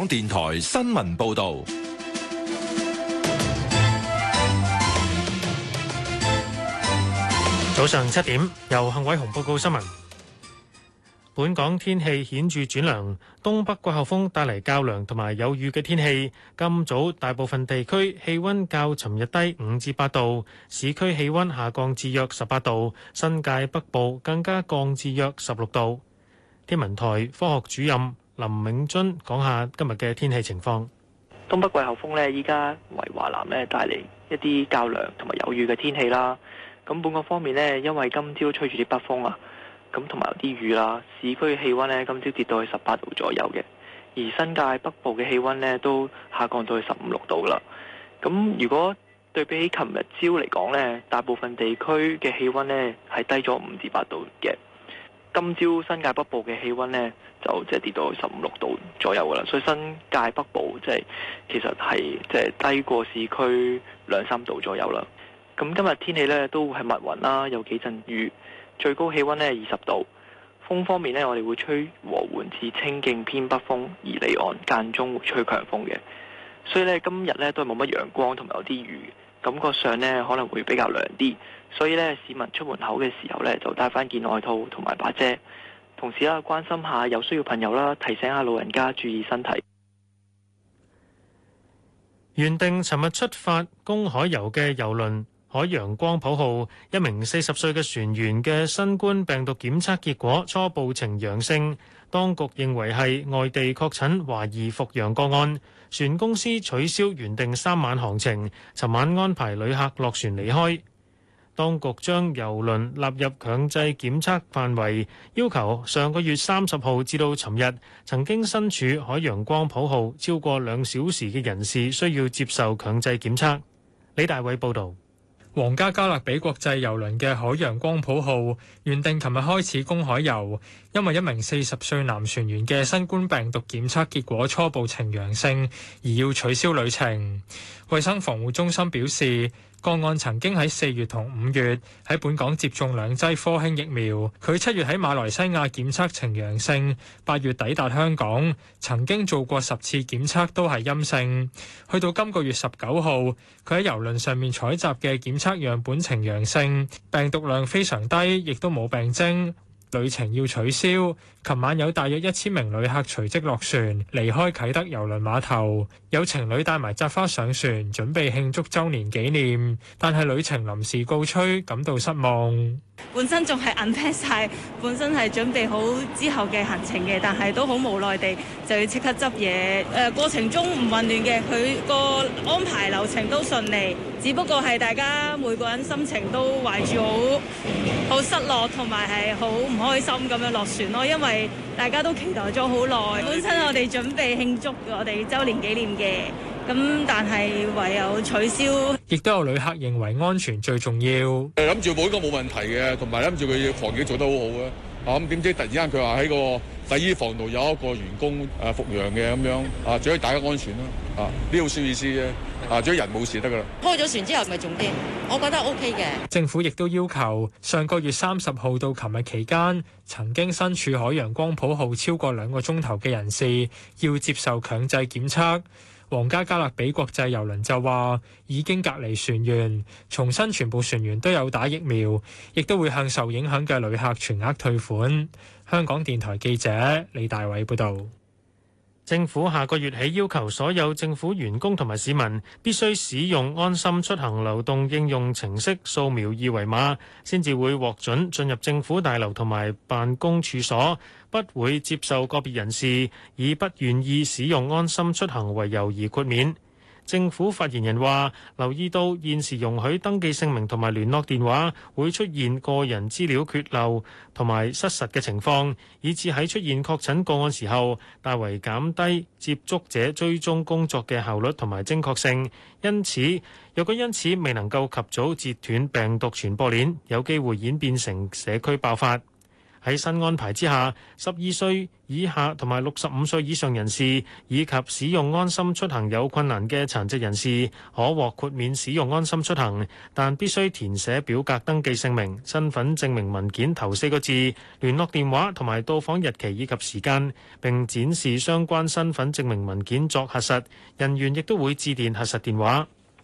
電台新聞報道。 早上7點，由幸偉雄報告新聞。本港天氣顯著轉涼，東北季候風帶嚟較涼同埋有雨嘅天氣。今早大部分地區氣温較尋日低5至8度，市區氣温下降至約18度，新界北部更加降至約16度。天文台科學主任林永津講下今日嘅天氣情況。 東北季候風呢，依家為華南呢帶嚟一啲較涼同埋有雨嘅天氣啦。咁本港方面呢，因為今朝吹住啲北風啊，咁同埋有啲雨啦，市區嘅氣温呢，今朝跌到去18度左右嘅，而新界北部嘅氣温呢，都下降到去15、16度啦。咁如果對比起琴日朝嚟講呢，大部分地區嘅氣温呢係低咗5至8度嘅。今朝新界北部嘅氣温呢，就即係跌到去15、16度左右噶啦，所以新界北部其實係即係低過市區2、3度左右啦。咁今日天氣呢都係密雲啦，有幾陣雨，最高氣温呢20度。風方面呢，我哋會吹和緩至清勁偏北風，而離岸間中會吹強風嘅。所以呢，今日呢都係冇乜陽光同埋有啲雨，感覺上呢可能會比較涼啲。所以呢，市民出門口嘅時候呢，就帶翻件外套同埋把遮。同時啦，關心下有需要朋友啦，提醒下老人家注意身體。 原定尋日出發公海遊嘅郵輪海洋光譜號一名40歲嘅船員嘅新冠病毒檢測結果初步呈陽性，當局認為係外地確診懷疑復陽個案。船公司取消原定3晚航程，尋晚安排旅客落船離開。當局將郵輪納入強制檢測範圍，要求上個月30號至到尋日曾經身處海洋光譜號超過2小時嘅人士需要接受強制檢測。李大偉報導。 皇家加勒比國際郵輪嘅海洋光譜號原定琴日開始公海遊，因為一名40歲男船員嘅新冠病毒檢測結果初步呈陽性，而要取消旅程。衛生防護中心表示，個案曾經喺4月同5月喺本港接種2劑科興疫苗，佢7月喺馬來西亞檢測呈陽性，8月抵達香港，曾經做過10次檢測都係陰性。去到今個月19號，佢喺郵輪上面採集嘅檢測樣本呈陽性，病毒量非常低，亦都冇病徵。旅程要取消。琴晚有大約1000名旅客隨即落船，離開啟德郵輪碼頭。有情侶帶埋紮花上船，準備慶祝週年紀念，但係旅程臨時告吹，感到失望。 本身仲係 unpack 晒，本身係準備好之後嘅行程嘅，但係都好無奈地就要即刻執嘢。過程中唔混亂嘅，佢個安排流程都順利，只不過係大家每個人心情都懷住好失落同埋係好唔開心咁樣落船咯，因為大家都期待咗好耐。本身我哋準備慶祝我哋週年紀念嘅，咁但係唯有取消。 亦都有旅客認為安全最重要。 諗住應該冇問題嘅，同埋諗住佢防疫做得好好嘅。咁點知突然間佢話喺個洗衣房度有一個員工復陽嘅咁樣，最緊要大家安全啦。呢好少意思啫。最緊要人冇事得噶啦。 開咗船之後咪重啲，我覺得 OK 嘅。 政府亦都要求上個月30號到琴日期間曾經身處海洋光譜號超過2個鐘頭嘅人士要接受強制檢測。皇家加勒比國際郵輪就話已經隔離船員，重申全部船員都有打疫苗，亦都會向受影響嘅旅客全額退款。香港電台記者李大偉報導。 政府下個月起要求所有政府員工同埋市民必須使用安心出行流動應用程式掃描二維碼，先至會獲准進入政府大樓同埋辦公處所，不會接受個別人士以不願意使用安心出行為由而豁免。政府發言人話：留意到現時容許登記姓名同埋聯絡電話會出現個人資料缺漏同埋失實嘅情況，以致喺出現確診個案時候，大為減低接觸者追蹤工作嘅效率同埋精確性。若果因此未能夠及早截斷病毒傳播鏈，有機會演變成社區爆發。 喺新安排之下，12歲以下同埋65歲以上人士，以及使用安心出行有困難嘅殘疾人士，可獲豁免使用安心出行，但必須填寫表格登記姓名、身份證明文件頭4個字、聯絡電話同埋到訪日期以及時間，並展示相關身份證明文件作核實。人員亦都會致電核實電話。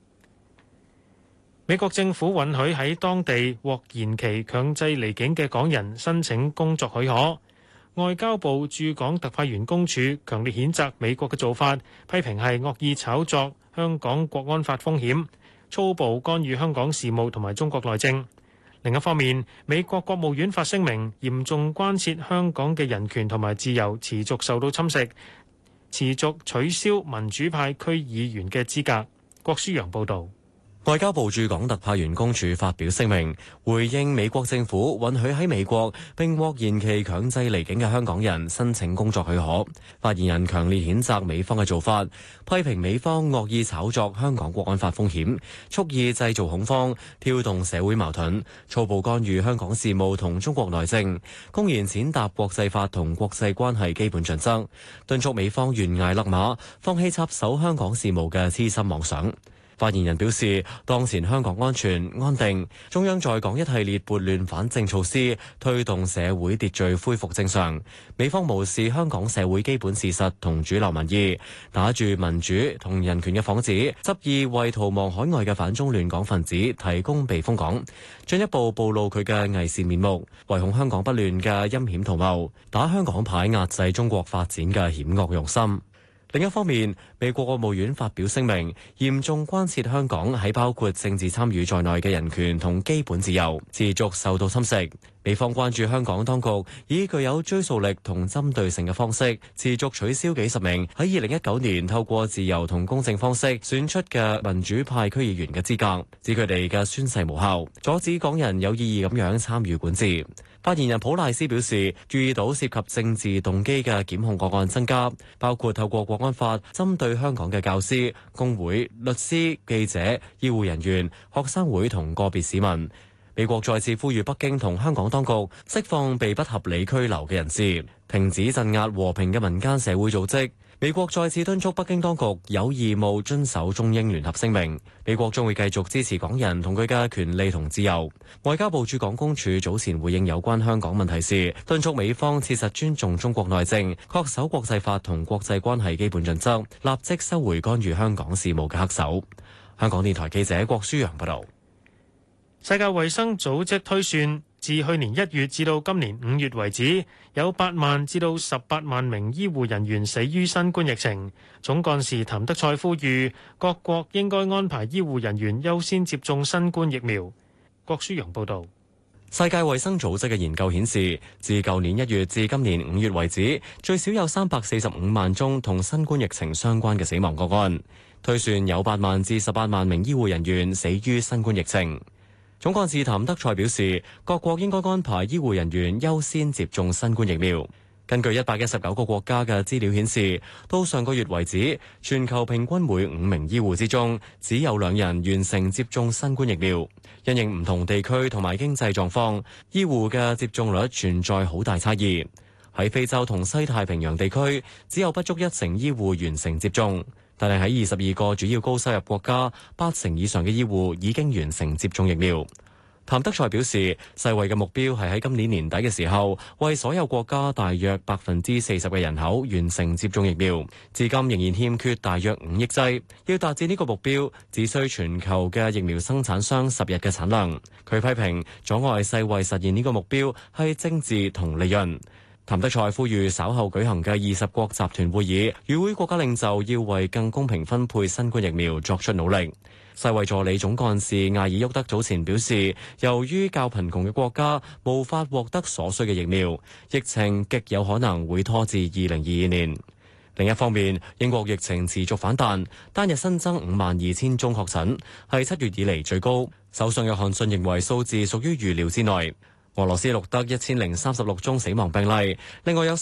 美國政府允許喺當地獲延期強制離境嘅港人申請工作許可。外交部駐港特派員公署強烈譴責美國嘅做法，批評係惡意炒作香港國安法風險，粗暴干預香港事務同埋中國內政。另一方面，美國國務院發聲明，嚴重關切香港嘅人權同埋自由持續受到侵蝕，持續取消民主派區議員嘅資格。郭舒陽報導。 外交部駐港特派員公署發表聲明，回應美國政府允許喺美國並獲延期強制離境嘅香港人申請工作許可。發言人強烈譴責美方嘅做法，批評美方惡意炒作香港國安法風險，蓄意製造恐慌，挑動社會矛盾，粗暴干預香港事務同中國內政，公然踐踏國際法同國際關係基本準則，敦促美方懸崖勒馬，放棄插手香港事務嘅痴心妄想。發言人表示，當前香港安全安定，中央在港一系列撥亂反正措施，推動社會秩序恢復正常。美方無視香港社會基本事實同主流民意，打住民主同人權嘅幌子，執意為逃亡海外嘅反中亂港分子提供避風港，進一步暴露佢嘅偽善面目，唯恐香港不亂嘅陰險圖謀，打香港牌壓制中國發展嘅險惡用心。另一方面，美國國務院發表聲明，嚴重關切香港喺包括政治參與在內嘅人權同基本自由持續受到侵蝕。美方關注香港當局以具有追溯力同針對性嘅方式，持續取消幾十名喺2019年透過自由同公正方式選出嘅民主派區議員嘅資格，指佢哋嘅宣誓無效，阻止港人有意義咁樣參與管治。發言人普賴斯表示，注意到涉及政治動機嘅檢控個案增加，包括透過國安法針對香港嘅教師、工會、律師、記者、醫護人員、學生會同個別市民。美國再次呼籲北京同香港當局釋放被不合理拘留嘅人士，停止鎮壓和平嘅民間社會組織。美國再次敦促北京當局有義務遵守中英聯合聲明。美國將會繼續支持港人同佢嘅權利同自由。外交部駐港公署早前回應有關香港問題時，敦促美方切實尊重中國內政，恪守國際法同國際關係基本準則，立即收回干預香港事務嘅黑手。香港電台記者郭舒陽報道。 世界衛生組織推算，自去年1月至到今年5月為止，有8萬至到18萬名醫護人員死於新冠疫情。總幹事譚德塞呼籲各國應該安排醫護人員優先接種新冠疫苗。郭舒陽報導。 世界衛生組織嘅研究顯示，自舊年1月至今年5月為止，最少有345萬宗同新冠疫情相關嘅死亡個案。推算有8萬至18萬名醫護人員死於新冠疫情。總幹事譚德塞表示，各國應該安排醫護人員優先接種新冠疫苗。根據119個國家嘅資料顯示，到上個月為止，全球平均每5名醫護之中，只有2人完成接種新冠疫苗。因應唔同地區同埋經濟狀況，醫護嘅接種率存在好大差異。喺非洲同西太平洋地區，只有不足1成醫護完成接種。但係喺22個主要高收入國家，8成以上嘅醫護已經完成接種疫苗。譚德塞表示，世衛嘅目標係喺今年年底嘅時候，為所有國家大約40%嘅人口完成接種疫苗。至今仍然欠缺大約5億劑，要達至呢個目標，只需全球嘅疫苗生產商10日嘅產量。佢批評阻礙世衛實現呢個目標係政治同利潤。譚德塞呼籲稍後舉行嘅20國集團會議，與會國家領袖要為更公平分配新冠疫苗作出努力。世衛助理總幹事艾爾沃德早前表示，由於較貧窮嘅國家無法獲得所需嘅疫苗，疫情極有可能會拖至2022年。另一方面，英國疫情持續反彈，單日新增52,000宗確診，係7月以嚟最高。首相約翰遜認為數字屬於預料之內。俄羅斯錄得1036宗死亡病例，另外有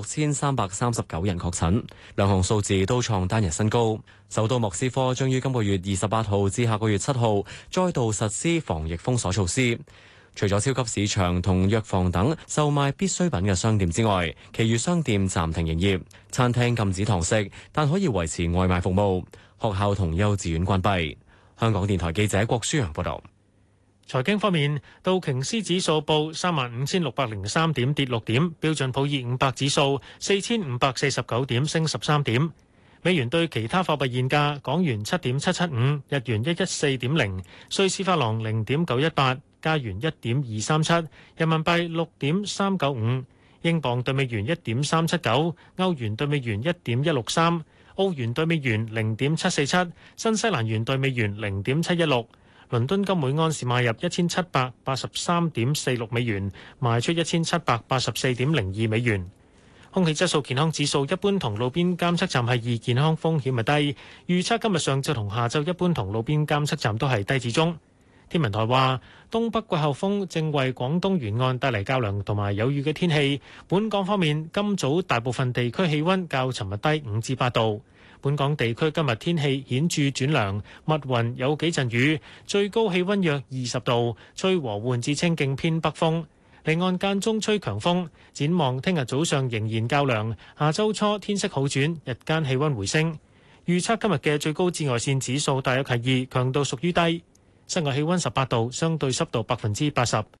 36,339人確診，兩項數字都創單日新高。首都莫斯科將於今個月28號至下個月7號再度實施防疫封鎖措施。 除咗超級市場同藥房等售賣必需品嘅商店之外，其餘商店暫停營業，餐廳禁止堂食，但可以維持外賣服務。學校同幼稚園關閉。香港電台記者郭舒揚報導。 財經方面，道瓊斯指數報35,603點，跌6點；標準普爾500指數4,549點，升13點。美元對其他貨幣現價：港元7.775，日元114.0，瑞士法郎0.918，加元1.237，人民幣6.395，英鎊對美元1.379，歐元對美元1.163，澳元對美元0.747，新西蘭元對美元0.716。倫敦金每安士買入1783.46美元，賣出1784.02美元。空氣質素健康指數一般同路邊監測站係2，健康風險係低。預測今日上晝同下晝一般同路邊監測站都係低至中。天文台話，東北季候風正為廣東沿岸帶嚟較涼同埋有雨嘅天氣。本港方面，今早大部分地區氣温較尋日低5至8度。本港地區今日天氣顯著轉涼，密雲有幾陣雨，最高氣温約20度，吹和緩至清勁偏北風。離岸間中吹強風。展望聽日早上仍然較涼，下週初天色好轉，日間氣温回升。預測今日嘅最高紫外線指數大約係2，強度屬於低。室外氣温18度，相對濕度80%。